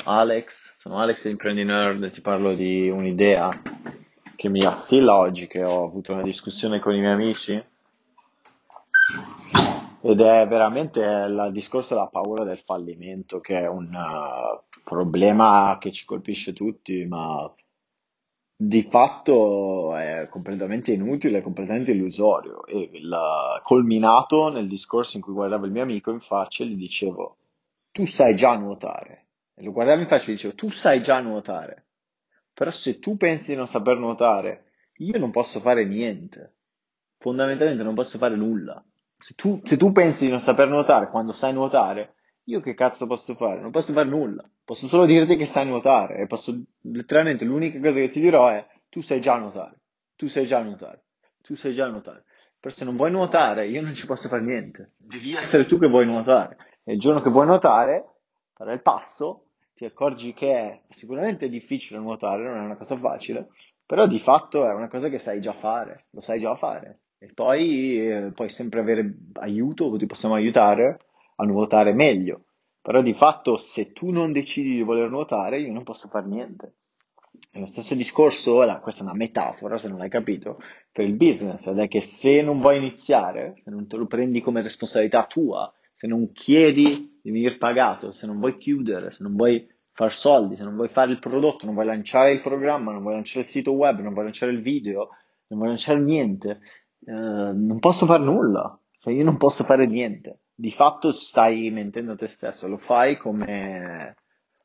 Alex, sono Alex Imprendi Nerd e ti parlo di un'idea che mi assilla oggi, che ho avuto una discussione con i miei amici ed è veramente il discorso della paura del fallimento, che è un problema che ci colpisce tutti, ma di fatto è completamente inutile, è completamente illusorio. E il culminato nel discorso in cui guardavo il mio amico in faccia e gli dicevo: tu sai già nuotare. E lo guardavo in faccia e gli dicevo: tu sai già nuotare. Però se tu pensi di non saper nuotare, io non posso fare niente. Fondamentalmente non posso fare nulla. Se tu pensi di non saper nuotare quando sai nuotare, io che cazzo posso fare? Non posso fare nulla. Posso solo dirti che sai nuotare e posso, letteralmente, l'unica cosa che ti dirò è: tu sai già nuotare. Tu sai già nuotare. Tu sai già nuotare. Però se non vuoi nuotare, io non ci posso fare niente. Devi essere tu che vuoi nuotare. E il giorno che vuoi nuotare, fare il passo, ti accorgi che è sicuramente difficile nuotare, non è una cosa facile, però di fatto è una cosa che sai già fare, lo sai già fare. E poi puoi sempre avere aiuto, ti possiamo aiutare a nuotare meglio. Però di fatto se tu non decidi di voler nuotare, io non posso fare niente. È lo stesso discorso, questa è una metafora, se non l'hai capito, per il business, ed è che se non vuoi iniziare, se non te lo prendi come responsabilità tua, se non chiedi di venire pagato, se non vuoi chiudere, se non vuoi far soldi, se non vuoi fare il prodotto, non vuoi lanciare il programma, non vuoi lanciare il sito web, non vuoi lanciare il video, non vuoi lanciare niente, non posso fare nulla, cioè io non posso fare niente. Di fatto stai mentendo a te stesso, lo fai come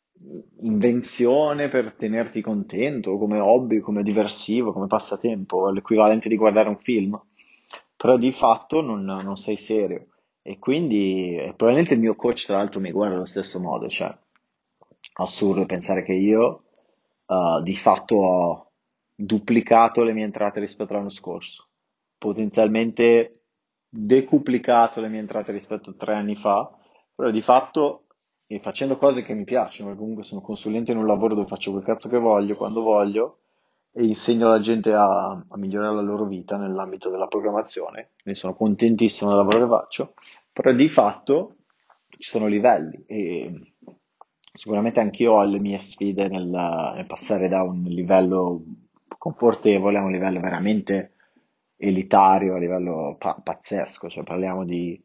invenzione per tenerti contento, come hobby, come diversivo, come passatempo, l'equivalente di guardare un film, però di fatto non sei serio. E quindi probabilmente il mio coach, tra l'altro, mi guarda allo stesso modo, cioè assurdo pensare che io di fatto ho duplicato le mie entrate rispetto all'anno scorso, potenzialmente decuplicato le mie entrate rispetto a 3 anni fa, però di fatto e facendo cose che mi piacciono, perché comunque sono consulente in un lavoro dove faccio quel cazzo che voglio, quando voglio, e insegno alla gente a migliorare la loro vita nell'ambito della programmazione, quindi sono contentissimo del lavoro che faccio, però di fatto ci sono livelli e sicuramente anch'io ho le mie sfide nel passare da un livello confortevole a un livello veramente elitario, a livello pazzesco, cioè parliamo di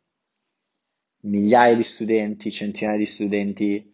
migliaia di studenti, centinaia di studenti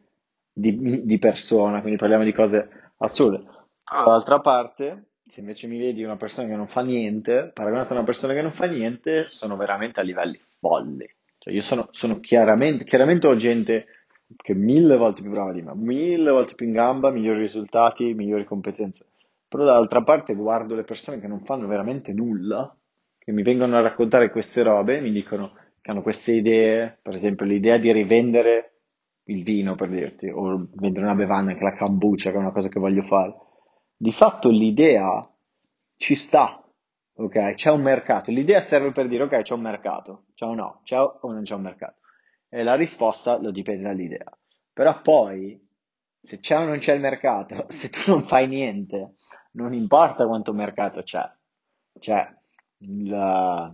di persona, quindi parliamo di cose assurde. Però dall'altra parte, se invece mi vedi una persona che non fa niente, paragonato a una persona che non fa niente, sono veramente a livelli folli. Cioè io sono chiaramente ho gente che è 1000 volte più brava di me, 1000 volte più in gamba, migliori risultati, migliori competenze. Però dall'altra parte guardo le persone che non fanno veramente nulla, che mi vengono a raccontare queste robe e mi dicono che hanno queste idee, per esempio l'idea di rivendere il vino, per dirti, o vendere una bevanda, anche la kombucha, che è una cosa che voglio fare. Di fatto l'idea ci sta, ok? C'è un mercato. L'idea serve per dire, ok, c'è un mercato. C'è o no? C'è o non c'è un mercato? E la risposta lo dipende dall'idea. Però poi, se c'è o non c'è il mercato, se tu non fai niente, non importa quanto mercato c'è. Cioè, il-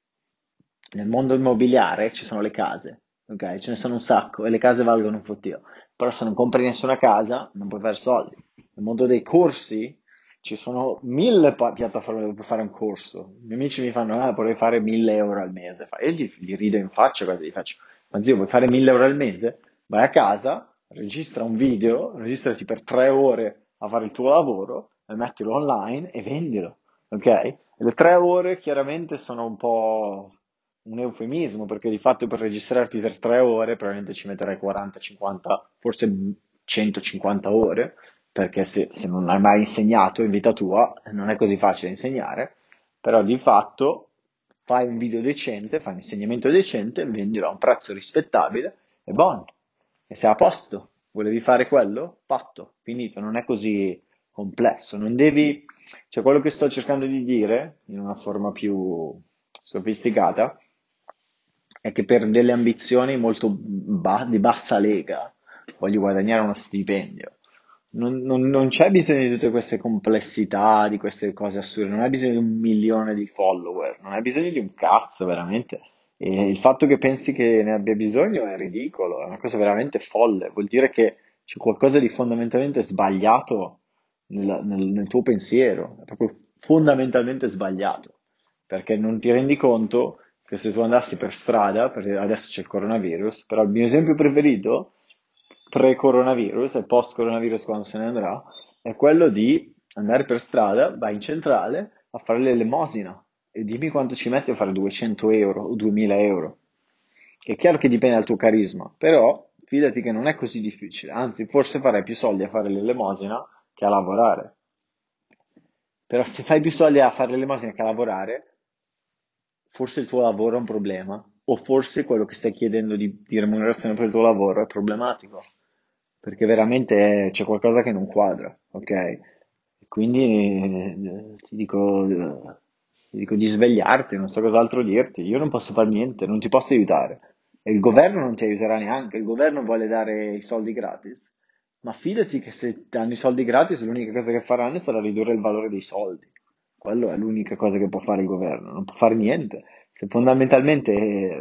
nel mondo immobiliare ci sono le case, ok? Ce ne sono un sacco e le case valgono un fottio. Però se non compri nessuna casa, non puoi fare soldi. Nel mondo dei corsi ci sono 1000 piattaforme dove puoi fare un corso. I miei amici mi fanno, vorrei fare 1000 euro al mese. E io gli rido in faccia, quasi gli faccio, ma zio, vuoi fare 1000 euro al mese? Vai a casa, registra un video, registrati per 3 ore a fare il tuo lavoro, e mettilo online e vendilo, ok? E le 3 ore chiaramente sono un po' un eufemismo, perché di fatto per registrarti per 3 ore probabilmente ci metterai 40, 50, forse 150 ore, perché se non hai mai insegnato in vita tua non è così facile insegnare, però di fatto fai un video decente, fai un insegnamento decente, vendilo a un prezzo rispettabile e buono. E sei a posto. Volevi fare quello? Fatto, finito, non è così complesso. Non devi, cioè quello che sto cercando di dire in una forma più sofisticata è che per delle ambizioni molto di bassa lega voglio guadagnare uno stipendio. Non c'è bisogno di tutte queste complessità, di queste cose assurde, non hai bisogno di 1 milione di follower, non hai bisogno di un cazzo, veramente. E il fatto che pensi che ne abbia bisogno è ridicolo, è una cosa veramente folle, vuol dire che c'è qualcosa di fondamentalmente sbagliato nel tuo pensiero, è proprio fondamentalmente sbagliato, perché non ti rendi conto che se tu andassi per strada, perché adesso c'è il coronavirus, però il mio esempio preferito, pre-coronavirus e post-coronavirus quando se ne andrà, è quello di andare per strada, vai in centrale a fare l'elemosina e dimmi quanto ci metti a fare 200 euro o 2000 euro. È chiaro che dipende dal tuo carisma, però fidati che non è così difficile, anzi forse farei più soldi a fare l'elemosina che a lavorare. Però se fai più soldi a fare l'elemosina che a lavorare, forse il tuo lavoro è un problema, o forse quello che stai chiedendo di remunerazione per il tuo lavoro è problematico, perché veramente c'è qualcosa che non quadra, ok? E quindi ti dico di svegliarti, non so cos'altro dirti, io non posso fare niente, non ti posso aiutare. E il governo non ti aiuterà neanche, il governo vuole dare i soldi gratis, ma fidati che se danno i soldi gratis, l'unica cosa che faranno sarà ridurre il valore dei soldi. Quello è l'unica cosa che può fare il governo, non può fare niente. Se fondamentalmente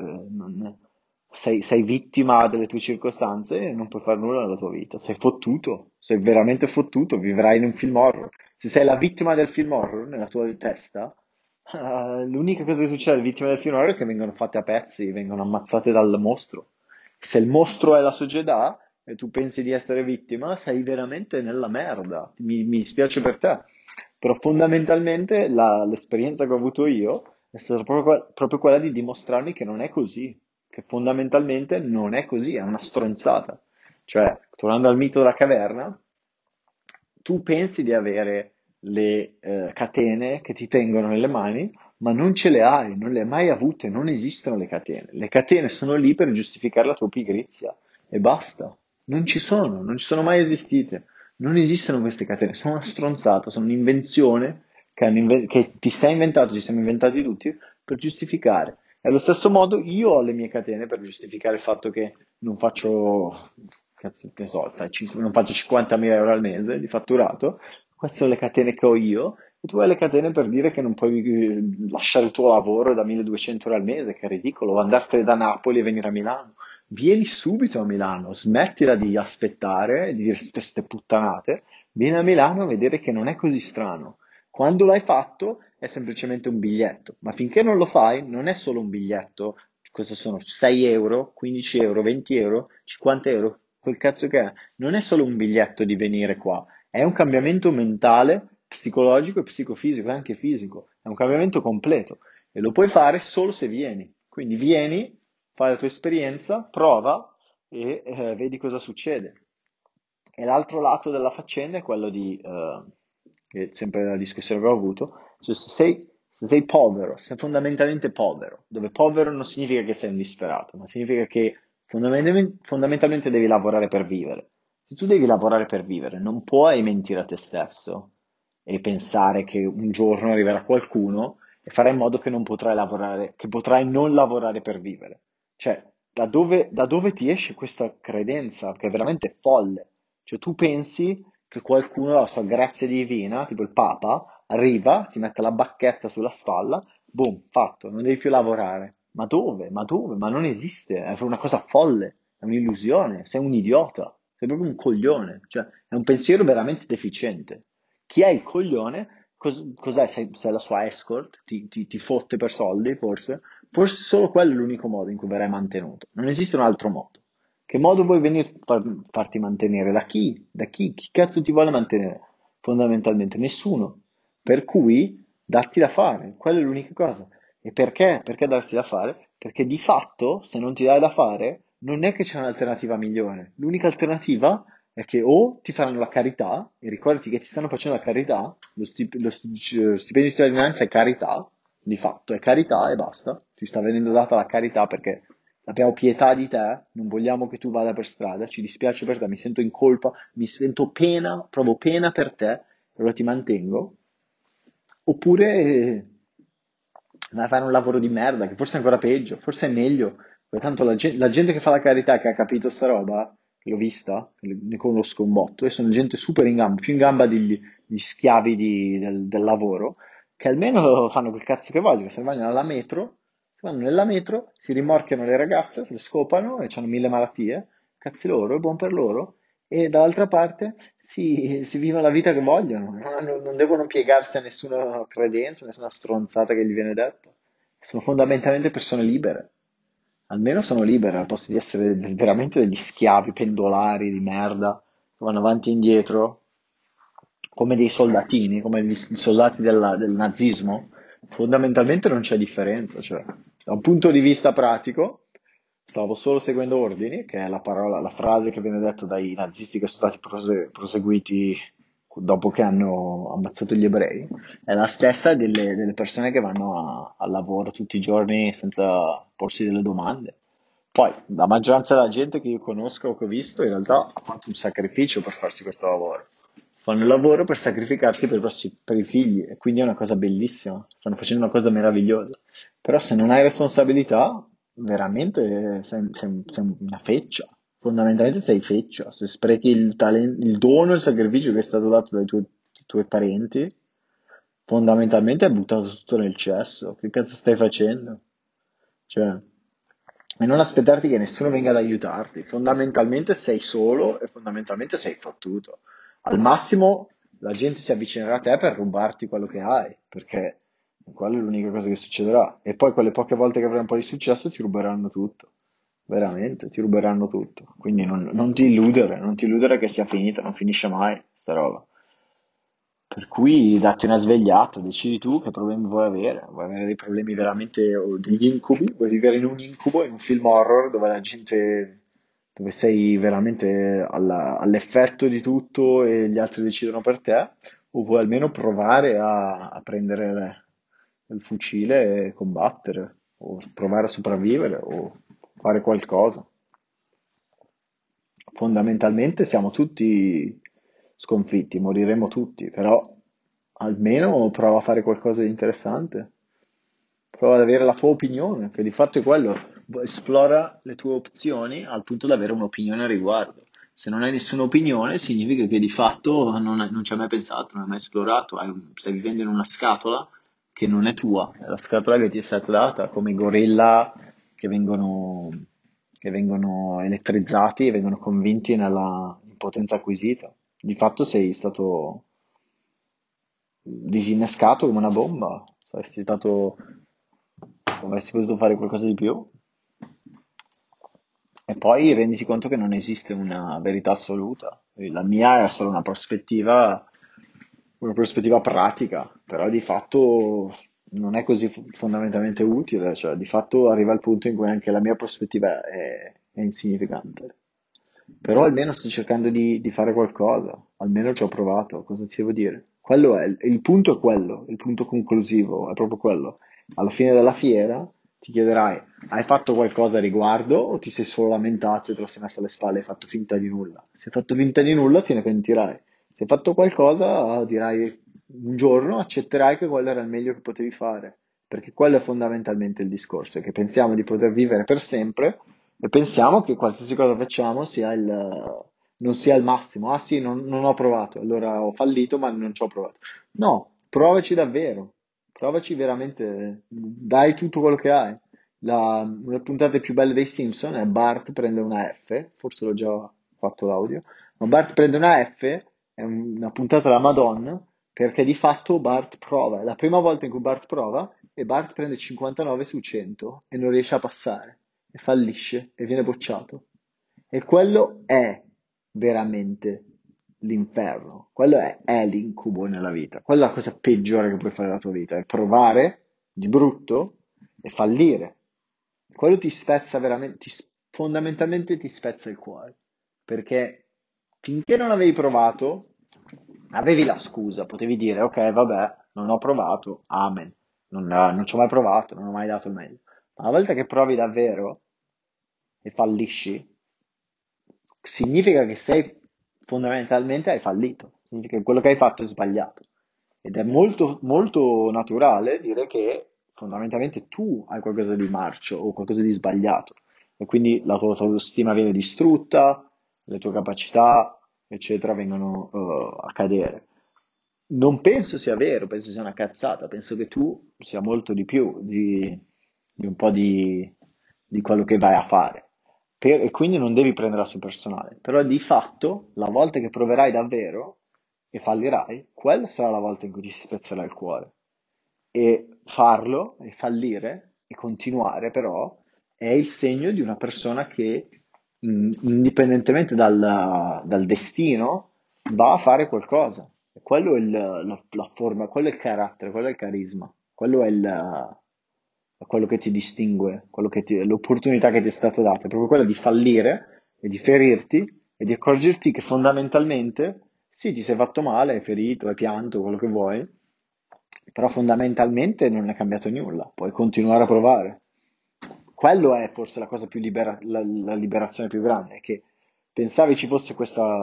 sei vittima delle tue circostanze, non puoi fare nulla nella tua vita. Sei fottuto, sei veramente fottuto, vivrai in un film horror. Se sei la vittima del film horror nella tua testa, l'unica cosa che succede alle vittime del film horror è che vengono fatte a pezzi, vengono ammazzate dal mostro. Se il mostro è la società e tu pensi di essere vittima, sei veramente nella merda. Mi spiace per te. Però fondamentalmente l'esperienza che ho avuto io è stata proprio quella di dimostrarmi che non è così, che fondamentalmente non è così, è una stronzata. Cioè, tornando al mito della caverna, tu pensi di avere le catene che ti tengono nelle mani, ma non ce le hai, non le hai mai avute, non esistono le catene. Le catene sono lì per giustificare la tua pigrizia e basta. Non ci sono mai esistite. Non esistono queste catene, sono una stronzata, sono un'invenzione che ti sei inventato, ci siamo inventati tutti per giustificare. E allo stesso modo io ho le mie catene per giustificare il fatto che non faccio, cazzo, che so, non faccio 50.000 euro al mese di fatturato. Queste sono le catene che ho io. E tu hai le catene per dire che non puoi lasciare il tuo lavoro da 1200 euro al mese, che è ridicolo, o andartene da Napoli e venire a Milano. Vieni subito a Milano, smettila di aspettare, di dire tutte queste puttanate, vieni a Milano a vedere che non è così strano. Quando l'hai fatto è semplicemente un biglietto, ma finché non lo fai non è solo un biglietto, cosa sono? 6 euro, 15 euro, 20 euro, 50 euro, quel cazzo che è. Non è solo un biglietto di venire qua, è un cambiamento mentale, psicologico e psicofisico, e anche fisico, è un cambiamento completo e lo puoi fare solo se vieni. Quindi vieni, fai la tua esperienza, prova e vedi cosa succede. E l'altro lato della faccenda è quello che è sempre la discussione che ho avuto, cioè se sei povero, sei fondamentalmente povero, dove povero non significa che sei un disperato, ma significa che fondamentalmente devi lavorare per vivere. Se tu devi lavorare per vivere, non puoi mentire a te stesso e pensare che un giorno arriverà qualcuno e farà in modo che non potrai lavorare, che potrai non lavorare per vivere. Cioè, da dove ti esce questa credenza che è veramente folle? Cioè, tu pensi che qualcuno, la sua grazia divina, tipo il Papa, arriva, ti mette la bacchetta sulla spalla, boom, fatto, non devi più lavorare. Ma dove? Ma dove? Ma non esiste, è una cosa folle, è un'illusione, sei un idiota, sei proprio un coglione, cioè è un pensiero veramente deficiente. Chi è il coglione? Cos'è? Sei la sua escort? Ti fotte per soldi, forse? Forse solo quello è l'unico modo in cui verrai mantenuto. Non esiste un altro modo. Che modo vuoi venire farti mantenere? Da chi? Da chi? Chi cazzo ti vuole mantenere? Fondamentalmente nessuno. Per cui datti da fare, quella è l'unica cosa. E perché? Perché darsi da fare? Perché di fatto, se non ti dai da fare, non è che c'è un'alternativa migliore. L'unica alternativa è che o ti faranno la carità, e ricordati che ti stanno facendo la carità, lo stipendio di cittadinanza è carità, di fatto è carità e basta, ti sta venendo data la carità perché abbiamo pietà di te, non vogliamo che tu vada per strada, ci dispiace per te, mi sento in colpa, mi sento pena, provo pena per te, allora ti mantengo, oppure vai a fare un lavoro di merda, che forse è ancora peggio, forse è meglio, perché tanto la gente che fa la carità, che ha capito sta roba, che l'ho vista, ne conosco un botto, e sono gente super in gamba, più in gamba degli schiavi del lavoro, che almeno fanno quel cazzo che vogliono, se ne vanno nella metro, si rimorchiano le ragazze, se le scopano e hanno mille malattie, cazzi loro, è buon per loro, e dall'altra parte si vivono la vita che vogliono, non devono piegarsi a nessuna credenza, a nessuna stronzata che gli viene detta. Sono fondamentalmente persone libere. Almeno sono libere, al posto di essere veramente degli schiavi pendolari di merda che vanno avanti e indietro come dei soldatini, come i soldati del nazismo. Fondamentalmente non c'è differenza, cioè, da un punto di vista pratico, stavo solo seguendo ordini, che è la parola, la frase che viene detta dai nazisti che sono stati proseguiti dopo che hanno ammazzato gli ebrei, è la stessa delle persone che vanno al lavoro tutti i giorni senza porsi delle domande. Poi, la maggioranza della gente che io conosco o che ho visto, in realtà ha fatto un sacrificio per farsi questo lavoro. Fanno il lavoro per sacrificarsi per i figli, e quindi è una cosa bellissima. Stanno facendo una cosa meravigliosa. Però se non hai responsabilità, veramente sei una feccia. Fondamentalmente sei feccia. Se sprechi il dono, il sacrificio che è stato dato tuoi parenti, fondamentalmente hai buttato tutto nel cesso. Che cazzo stai facendo? Cioè, e non aspettarti che nessuno venga ad aiutarti. Fondamentalmente sei solo e fondamentalmente sei fottuto. Al massimo la gente si avvicinerà a te per rubarti quello che hai, perché quella è l'unica cosa che succederà. E poi quelle poche volte che avrai un po' di successo ti ruberanno tutto. Veramente, ti ruberanno tutto. Quindi non ti illudere, non ti illudere che sia finita, non finisce mai sta roba. Per cui datti una svegliata, decidi tu che problemi vuoi avere dei problemi veramente o degli incubi, vuoi vivere in un incubo, in un film horror dove la gente, dove sei veramente all'effetto di tutto e gli altri decidono per te, o vuoi almeno provare a prendere il fucile e combattere, o provare a sopravvivere, o fare qualcosa. Fondamentalmente siamo tutti sconfitti, moriremo tutti, però almeno prova a fare qualcosa di interessante. Prova ad avere la tua opinione, che di fatto è quello. Esplora le tue opzioni al punto da avere un'opinione a riguardo. Se non hai nessuna opinione, significa che di fatto non ci hai mai pensato, non hai mai esplorato, stai vivendo in una scatola che non è tua, è la scatola che ti è stata data, come i gorilla che vengono, che vengono elettrizzati e vengono convinti nella impotenza acquisita. Di fatto sei stato disinnescato come una bomba, saresti stato, avresti potuto fare qualcosa di più. E poi renditi conto che non esiste una verità assoluta. La mia è solo una prospettiva pratica, però di fatto non è così fondamentalmente utile, cioè di fatto arriva il punto in cui anche la mia prospettiva è insignificante. Però almeno sto cercando di fare qualcosa, almeno ci ho provato, cosa ti devo dire? Quello è, il punto è quello, il punto conclusivo è proprio quello. Alla fine della fiera ti chiederai, hai fatto qualcosa a riguardo o ti sei solo lamentato e te lo sei messo alle spalle e hai fatto finta di nulla? Se hai fatto finta di nulla te ne pentirai. Se hai fatto qualcosa dirai un giorno accetterai che quello era il meglio che potevi fare, perché quello è fondamentalmente il discorso, che pensiamo di poter vivere per sempre e pensiamo che qualsiasi cosa facciamo non sia il massimo. Ah sì, non ho provato, allora ho fallito, ma non ci ho provato. No, provaci davvero, provaci veramente, dai tutto quello che hai. Una delle puntate più belle dei Simpson è Bart prende una F, forse l'ho già fatto l'audio, ma Bart prende una F, è una puntata della Madonna, perché di fatto Bart prova, è la prima volta in cui Bart prova e Bart prende 59 su 100 e non riesce a passare e fallisce e viene bocciato. E quello è veramente l'inferno, è l'incubo nella vita, quella è la cosa peggiore che puoi fare nella tua vita, è provare di brutto e fallire. Quello ti spezza veramente, fondamentalmente ti spezza il cuore, perché finché non avevi provato, avevi la scusa, potevi dire, ok, vabbè, non ho provato, amen, non ci ho mai provato, non ho mai dato il meglio. Ma una volta che provi davvero e fallisci, significa che sei fondamentalmente hai fallito, significa che quello che hai fatto è sbagliato. Ed è molto, molto naturale dire che fondamentalmente tu hai qualcosa di marcio o qualcosa di sbagliato e quindi la tua autostima viene distrutta, le tue capacità, eccetera, vengono a cadere. Non penso sia vero, penso sia una cazzata, penso che tu sia molto di più di un po' di quello che vai a fare. e quindi non devi prenderla sul personale, però di fatto la volta che proverai davvero e fallirai, quella sarà la volta in cui ti si spezzerà il cuore. E farlo e fallire e continuare però è il segno di una persona che indipendentemente dal destino va a fare qualcosa. E quello è la forma, quello è il carattere, quello è il carisma, quello è quello che ti distingue, l'opportunità che ti è stata data, è proprio quella di fallire e di ferirti e di accorgerti che fondamentalmente sì, ti sei fatto male, hai ferito, hai pianto, quello che vuoi, però fondamentalmente non è cambiato nulla, puoi continuare a provare. Quello è forse la cosa più la liberazione più grande, è che pensavi ci fosse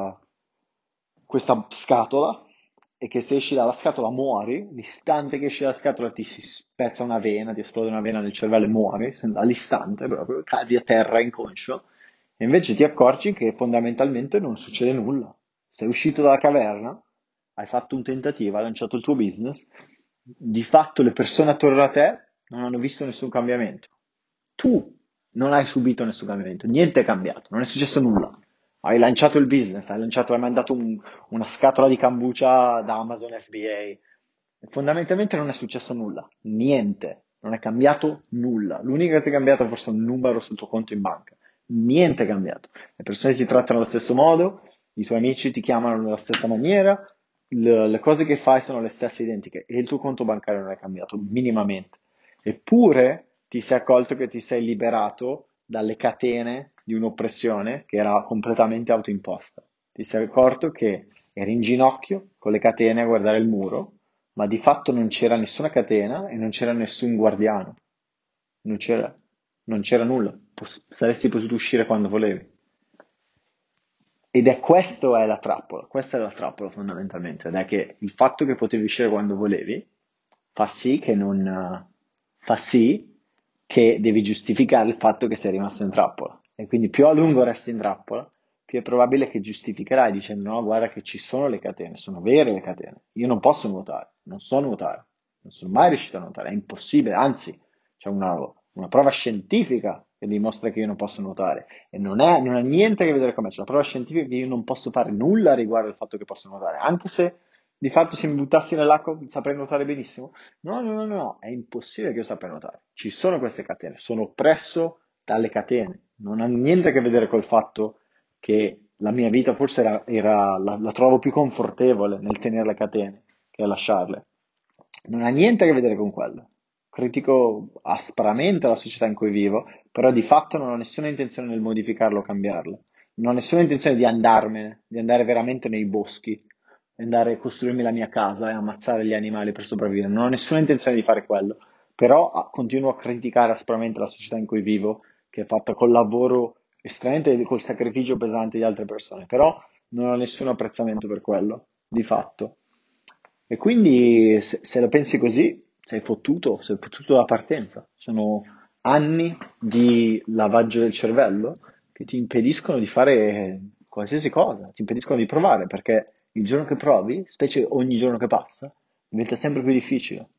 questa scatola e che se esci dalla scatola muori, l'istante che esci dalla scatola ti si spezza una vena, ti esplode una vena nel cervello e muori, all'istante proprio, cadi a terra inconscio, e invece ti accorgi che fondamentalmente non succede nulla. Sei uscito dalla caverna, hai fatto un tentativo, hai lanciato il tuo business, di fatto le persone attorno a te non hanno visto nessun cambiamento. Tu non hai subito nessun cambiamento, niente è cambiato, non è successo nulla. Hai lanciato il business, hai mandato una scatola di kombucha da Amazon FBA. Fondamentalmente non è successo nulla, niente, non è cambiato nulla. L'unica cosa che è cambiato è forse un numero sul tuo conto in banca. Niente è cambiato. Le persone ti trattano allo stesso modo, i tuoi amici ti chiamano nella stessa maniera, le cose che fai sono le stesse identiche e il tuo conto bancario non è cambiato minimamente. Eppure ti sei accorto che ti sei liberato dalle catene di un'oppressione che era completamente autoimposta. Ti sei accorto che eri in ginocchio con le catene a guardare il muro, ma di fatto non c'era nessuna catena e non c'era nessun guardiano. Non c'era, non c'era nulla. Saresti potuto uscire quando volevi. Ed è questa è la trappola fondamentalmente, ed è che il fatto che potevi uscire quando volevi fa sì che non, fa sì che devi giustificare il fatto che sei rimasto in trappola. E quindi più a lungo resti in trappola, più è probabile che giustificherai dicendo no, guarda che ci sono le catene, sono vere le catene. Io non posso nuotare, non so nuotare, non sono mai riuscito a nuotare, è impossibile, anzi, c'è una prova scientifica che dimostra che io non posso nuotare. E non ha niente a che vedere con me, c'è una prova scientifica che io non posso fare nulla riguardo al fatto che posso nuotare, anche se di fatto se mi buttassi nell'acqua saprei nuotare benissimo. No, no, no, no, è impossibile che io sappia nuotare. Ci sono queste catene, sono oppresso dalle catene. Non ha niente a che vedere col fatto che la mia vita forse la trovo più confortevole nel tenere le catene che a lasciarle. Non ha niente a che vedere con quello. Critico aspramente la società in cui vivo, però di fatto non ho nessuna intenzione nel modificarlo o cambiarlo. Non ho nessuna intenzione di andarmene, di andare veramente nei boschi, andare a costruirmi la mia casa e ammazzare gli animali per sopravvivere. Non ho nessuna intenzione di fare quello, però continuo a criticare aspramente la società in cui vivo, che è fatta col lavoro estremamente, col sacrificio pesante di altre persone, però non ho nessun apprezzamento per quello, di fatto. E quindi se la pensi così, sei fottuto da partenza. Sono anni di lavaggio del cervello che ti impediscono di fare qualsiasi cosa, ti impediscono di provare, perché il giorno che provi, specie ogni giorno che passa, diventa sempre più difficile.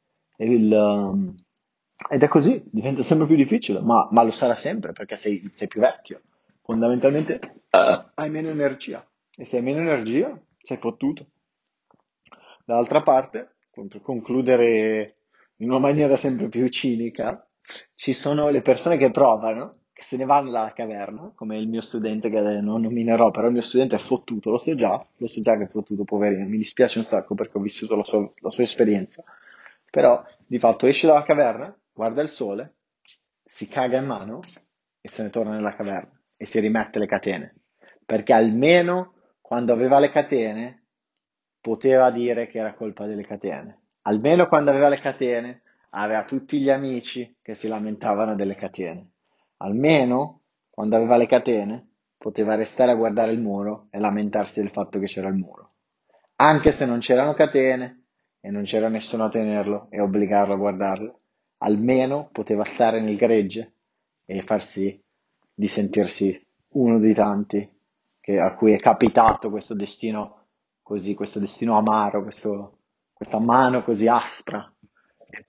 Ed è così, diventa sempre più difficile, ma lo sarà sempre perché sei più vecchio. Fondamentalmente hai meno energia e se hai meno energia sei fottuto. Dall'altra parte, per concludere in una maniera sempre più cinica, ci sono le persone che provano, che se ne vanno dalla caverna, come il mio studente che non nominerò, però il mio studente è fottuto, lo so già che è fottuto, poverino, mi dispiace un sacco perché ho vissuto la sua esperienza, però di fatto esce dalla caverna, guarda il sole, si caga in mano e se ne torna nella caverna e si rimette le catene, perché almeno quando aveva le catene poteva dire che era colpa delle catene. Almeno quando aveva le catene, aveva tutti gli amici che si lamentavano delle catene. Almeno quando aveva le catene, poteva restare a guardare il muro e lamentarsi del fatto che c'era il muro. Anche se non c'erano catene e non c'era nessuno a tenerlo e obbligarlo a guardarlo, almeno poteva stare nel gregge e far sì di sentirsi uno dei tanti a cui è capitato questo destino così, questo destino amaro, questa mano così aspra.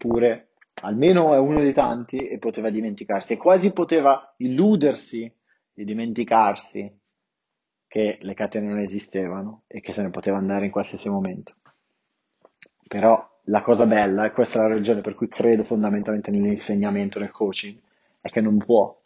Eppure, almeno è uno dei tanti e poteva dimenticarsi, e quasi poteva illudersi di dimenticarsi che le catene non esistevano e che se ne poteva andare in qualsiasi momento. Però la cosa bella, e questa è la ragione per cui credo fondamentalmente nell'insegnamento, nel coaching, è che non può,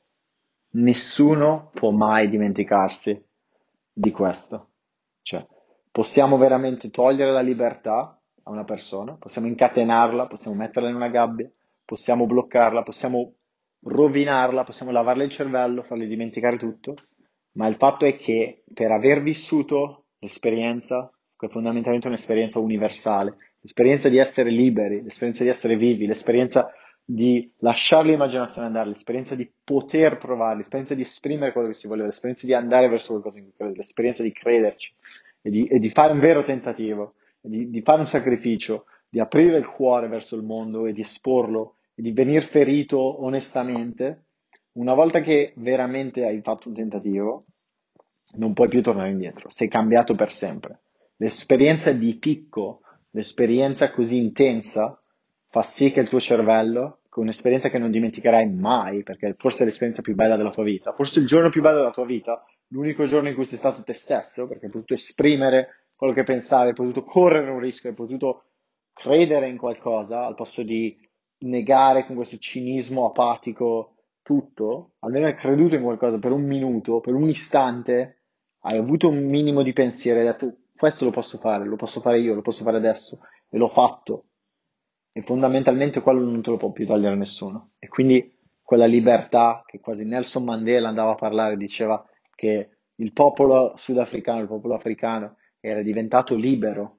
nessuno può mai dimenticarsi di questo. Cioè, possiamo veramente togliere la libertà a una persona, possiamo incatenarla, possiamo metterla in una gabbia, possiamo bloccarla, possiamo rovinarla, possiamo lavarle il cervello, farle dimenticare tutto, ma il fatto è che per aver vissuto l'esperienza, che è fondamentalmente un'esperienza universale, l'esperienza di essere liberi, l'esperienza di essere vivi, l'esperienza di lasciare l'immaginazione andare, l'esperienza di poter provare, l'esperienza di esprimere quello che si voleva, l'esperienza di andare verso qualcosa in cui credere, l'esperienza di crederci e di fare un vero tentativo, di fare un sacrificio, di aprire il cuore verso il mondo e di esporlo e di venir ferito onestamente. Una volta che veramente hai fatto un tentativo, non puoi più tornare indietro, sei cambiato per sempre. L'esperienza di picco, l'esperienza così intensa, fa sì che il tuo cervello, con un'esperienza che non dimenticherai mai, perché forse è l'esperienza più bella della tua vita, forse il giorno più bello della tua vita, l'unico giorno in cui sei stato te stesso, perché hai potuto esprimere quello che pensavi, hai potuto correre un rischio, hai potuto credere in qualcosa al posto di negare con questo cinismo apatico tutto, almeno hai creduto in qualcosa per un minuto, per un istante, hai avuto un minimo di pensiero e hai detto questo lo posso fare io, lo posso fare adesso e l'ho fatto. E fondamentalmente quello non te lo può più togliere nessuno. E quindi quella libertà che quasi Nelson Mandela andava a parlare, diceva che il popolo sudafricano, il popolo africano era diventato libero,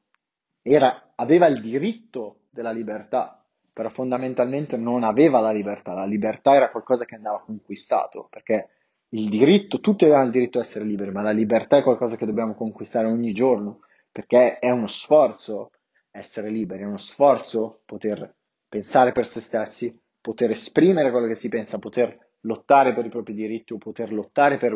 aveva il diritto della libertà, però fondamentalmente non aveva la libertà era qualcosa che andava conquistato, perché il diritto, tutti avevano il diritto di essere liberi, ma la libertà è qualcosa che dobbiamo conquistare ogni giorno, perché è uno sforzo essere liberi, è uno sforzo poter pensare per se stessi, poter esprimere quello che si pensa, poter lottare per i propri diritti o poter lottare per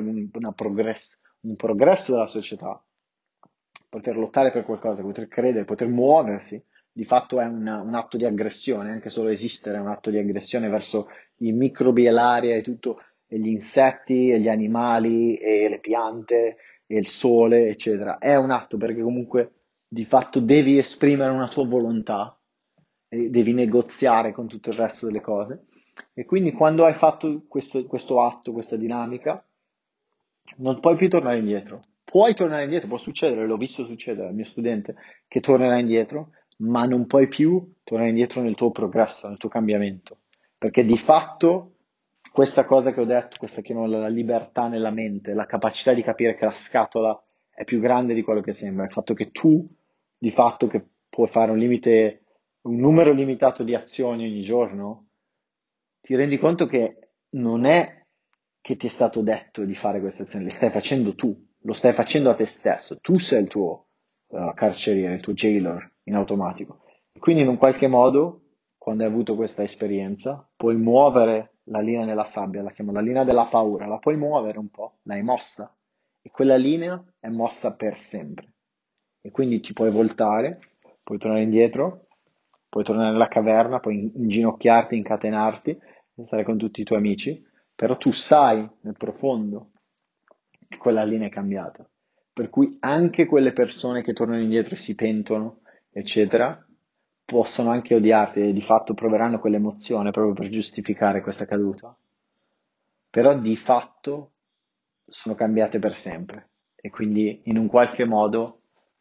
un progresso della società, poter lottare per qualcosa, poter credere, poter muoversi, di fatto è un atto di aggressione, anche solo esistere è un atto di aggressione verso i microbi e l'aria e tutto, e gli insetti e gli animali e le piante e il sole, eccetera. È un atto perché comunque di fatto devi esprimere una tua volontà e devi negoziare con tutto il resto delle cose. E quindi quando hai fatto questo atto, questa dinamica, non puoi più tornare indietro. Puoi tornare indietro, può succedere, l'ho visto succedere al mio studente che tornerà indietro, ma non puoi più tornare indietro nel tuo progresso, nel tuo cambiamento. Perché di fatto questa cosa che ho detto, questa chiamiamola la libertà nella mente, la capacità di capire che la scatola è più grande di quello che sembra, il fatto che tu, di fatto, che puoi fare un limite, un numero limitato di azioni ogni giorno, ti rendi conto che non è che ti è stato detto di fare queste azioni, le stai facendo tu, lo stai facendo a te stesso, tu sei il tuo carceriere, il tuo jailer in automatico. E quindi in un qualche modo, quando hai avuto questa esperienza, puoi muovere la linea nella sabbia, la chiamo la linea della paura, la puoi muovere un po', l'hai mossa, e quella linea è mossa per sempre. E quindi ti puoi voltare, puoi tornare indietro, puoi tornare nella caverna, puoi inginocchiarti, incatenarti, e stare con tutti i tuoi amici, però tu sai nel profondo che quella linea è cambiata. Per cui anche quelle persone che tornano indietro e si pentono, eccetera, possono anche odiarti e di fatto proveranno quell'emozione proprio per giustificare questa caduta, però di fatto sono cambiate per sempre e quindi in un qualche modo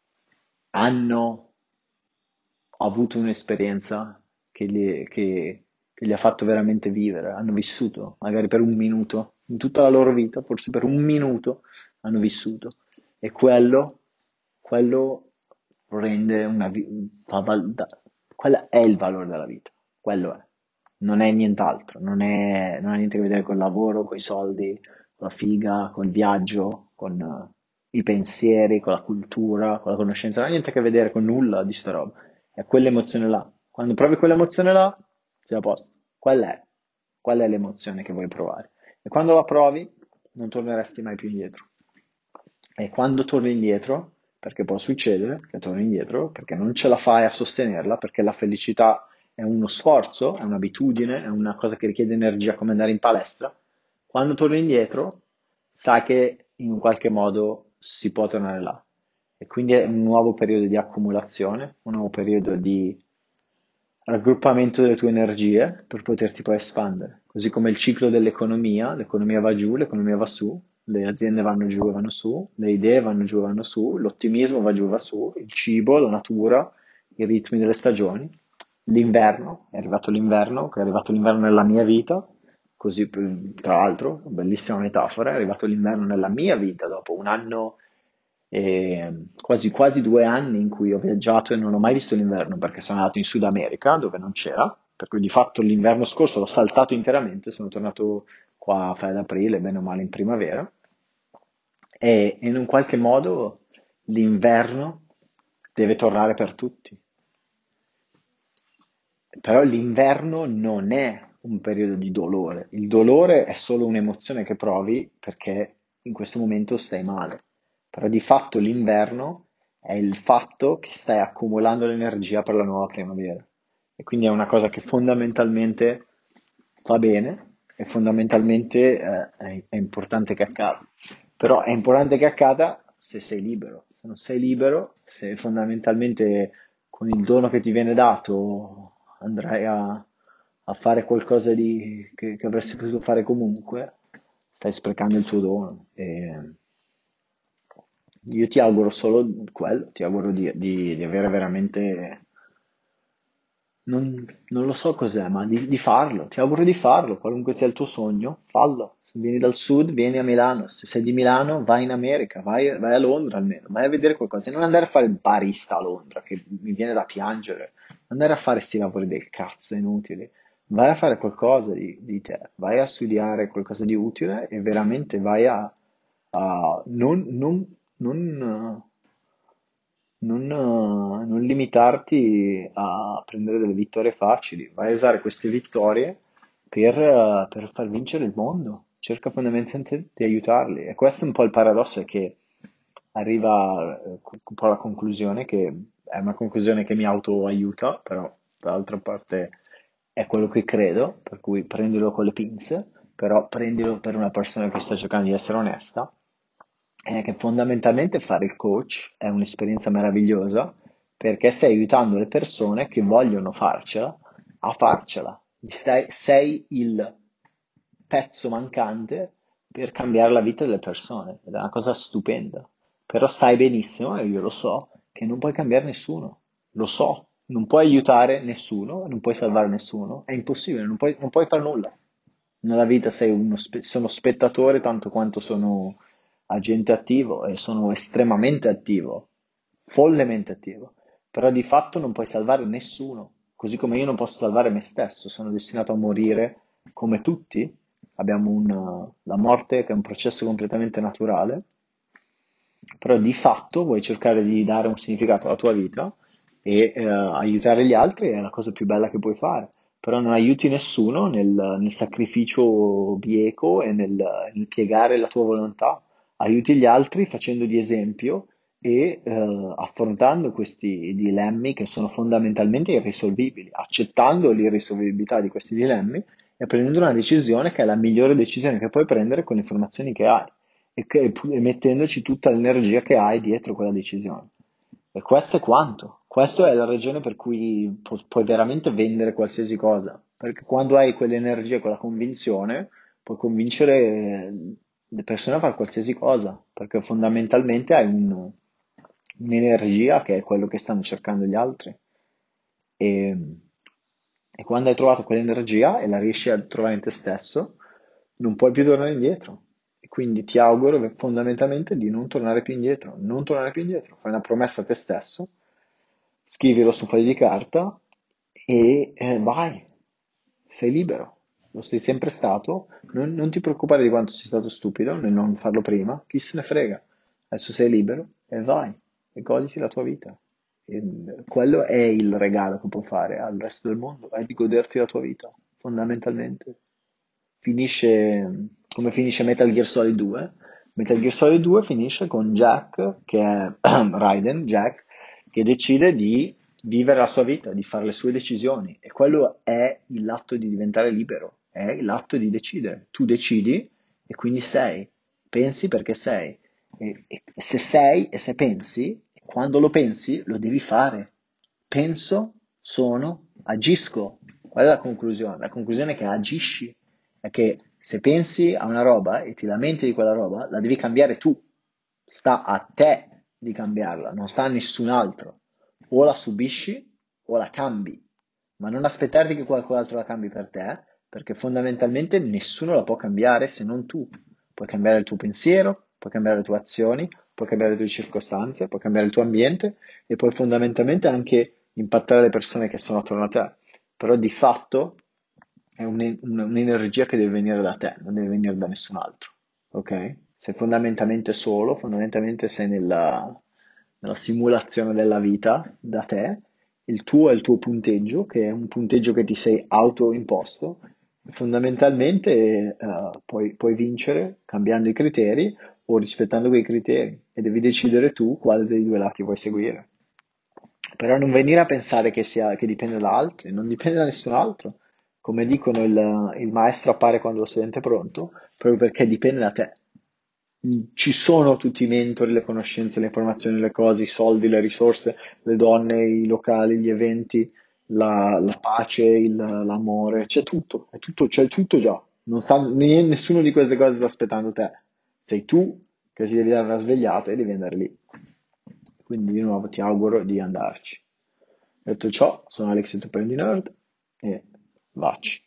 hanno avuto un'esperienza che li ha fatto veramente vivere, hanno vissuto, magari per un minuto, in tutta la loro vita, forse per un minuto hanno vissuto. E quello rende quello è il valore della vita, quello è. Non è nient'altro, non ha niente a che vedere col lavoro, con i soldi, con la figa, col viaggio, con i pensieri, con la cultura, con la conoscenza, non ha niente a che vedere con nulla di sta roba. È quell'emozione là. Quando provi quell'emozione là, sei a posto. Quella è l'emozione che vuoi provare. E quando la provi, non torneresti mai più indietro. E quando torni indietro, perché può succedere che torni indietro, perché non ce la fai a sostenerla, perché la felicità è uno sforzo, è un'abitudine, è una cosa che richiede energia come andare in palestra, quando torni indietro sa che in un qualche modo si può tornare là. E quindi è un nuovo periodo di accumulazione, un nuovo periodo di raggruppamento delle tue energie per poterti poi espandere. Così come il ciclo dell'economia, l'economia va giù, l'economia va su, le aziende vanno giù e vanno su, le idee vanno giù e vanno su, l'ottimismo va giù e va su, il cibo, la natura, i ritmi delle stagioni, l'inverno, è arrivato l'inverno nella mia vita, così tra l'altro, bellissima metafora, è arrivato l'inverno nella mia vita dopo un anno e quasi quasi 2 anni in cui ho viaggiato e non ho mai visto l'inverno perché sono andato in Sud America dove non c'era, per cui di fatto l'inverno scorso l'ho saltato interamente, sono tornato qua a fine d'aprile, bene o male in primavera, e in un qualche modo l'inverno deve tornare per tutti. Però l'inverno non è un periodo di dolore, il dolore è solo un'emozione che provi perché in questo momento stai male, però di fatto l'inverno è il fatto che stai accumulando l'energia per la nuova primavera e quindi è una cosa che fondamentalmente va bene e fondamentalmente è importante che accada, però è importante che accada se sei libero, se non sei libero, se fondamentalmente con il dono che ti viene dato andrai a fare qualcosa che avresti potuto fare comunque, stai sprecando il tuo dono. E io ti auguro solo quello, ti auguro di avere veramente non lo so cos'è, ma di farlo. Ti auguro di farlo, qualunque sia il tuo sogno, fallo. Se vieni dal sud, vieni a Milano. Se sei di Milano, vai in America, vai a Londra almeno, vai a vedere qualcosa. E non andare a fare il barista a Londra, che mi viene da piangere. Andare a fare sti lavori del cazzo inutili. Vai a fare qualcosa di te, vai a studiare qualcosa di utile e veramente vai a non, non limitarti a prendere delle vittorie facili, vai a usare queste vittorie per far vincere il mondo. Cerca fondamentalmente di aiutarli. E questo è un po' il paradosso, è che arriva un po' alla conclusione, che è una conclusione che mi autoaiuta, però dall'altra parte è quello che credo, per cui prendilo con le pinze, però prendilo per una persona che sta cercando di essere onesta, è che fondamentalmente fare il coach è un'esperienza meravigliosa perché stai aiutando le persone che vogliono farcela a farcela. Sei il pezzo mancante per cambiare la vita delle persone ed è una cosa stupenda. Però sai benissimo, e io lo so, che non puoi cambiare nessuno. Lo so, non puoi aiutare nessuno, non puoi salvare nessuno, è impossibile, non puoi fare nulla. Nella vita sono spettatore tanto quanto sono agente attivo e sono estremamente attivo, follemente attivo, però di fatto non puoi salvare nessuno, così come io non posso salvare me stesso, sono destinato a morire come tutti, abbiamo la morte che è un processo completamente naturale, però di fatto vuoi cercare di dare un significato alla tua vita e aiutare gli altri è la cosa più bella che puoi fare, però non aiuti nessuno nel sacrificio bieco e nel piegare la tua volontà, aiuti gli altri facendo di esempio e affrontando questi dilemmi che sono fondamentalmente irrisolvibili, accettando l'irrisolvibilità di questi dilemmi e prendendo una decisione che è la migliore decisione che puoi prendere con le informazioni che hai e mettendoci tutta l'energia che hai dietro quella decisione. E questo è quanto. Questa è la ragione per cui puoi veramente vendere qualsiasi cosa, perché quando hai quell'energia, quella convinzione, puoi convincere le persone a fare qualsiasi cosa, perché fondamentalmente hai un'energia che è quello che stanno cercando gli altri. E, e quando hai trovato quell'energia e la riesci a trovare in te stesso, non puoi più tornare indietro. E quindi ti auguro fondamentalmente di non tornare più indietro, non tornare più indietro. Fai una promessa a te stesso, scrivilo su un foglio di carta e vai, sei libero. Lo sei sempre stato, non ti preoccupare di quanto sei stato stupido nel non farlo prima, chi se ne frega. Adesso sei libero e vai e goditi la tua vita. E quello è il regalo che puoi fare al resto del mondo, è di goderti la tua vita, fondamentalmente. Finisce come finisce Metal Gear Solid 2. Metal Gear Solid 2 finisce con Jack, che è Raiden, Jack, che decide di vivere la sua vita, di fare le sue decisioni. E quello è l'atto di diventare libero, è l'atto di decidere. Tu decidi e quindi sei. pensi perché sei. E se sei e se pensi, quando lo pensi, lo devi fare. Penso, sono, agisco. Qual è la conclusione? La conclusione è che agisci. È che se pensi a una roba e ti lamenti di quella roba, la devi cambiare tu. Sta a te di cambiarla, non sta a nessun altro. O la subisci o la cambi, ma non aspettarti che qualcun altro la cambi per te, perché fondamentalmente nessuno la può cambiare se non tu. Puoi cambiare il tuo pensiero, puoi cambiare le tue azioni, puoi cambiare le tue circostanze, puoi cambiare il tuo ambiente e puoi fondamentalmente anche impattare le persone che sono attorno a te. Però di fatto è un'energia che deve venire da te, non deve venire da nessun altro. Ok? Sei fondamentalmente solo, fondamentalmente sei nella simulazione della vita da te, il tuo è il tuo punteggio, che è un punteggio che ti sei autoimposto. Fondamentalmente puoi vincere cambiando i criteri o rispettando quei criteri e devi decidere tu quale dei due lati vuoi seguire. Però non venire a pensare che dipende da altri, non dipende da nessun altro. Come dicono, il maestro appare quando lo studente è pronto, proprio perché dipende da te. Ci sono tutti i mentori, le conoscenze, le informazioni, le cose, i soldi, le risorse, le donne, i locali, gli eventi, la pace, l'amore, c'è tutto, c'è tutto già. Non sta, nessuno di queste cose sta aspettando te. Sei tu che ti devi dare una svegliata e devi andare lì. Quindi di nuovo ti auguro di andarci. Detto ciò, sono Alex il tuo Prendi Nerd e vacci.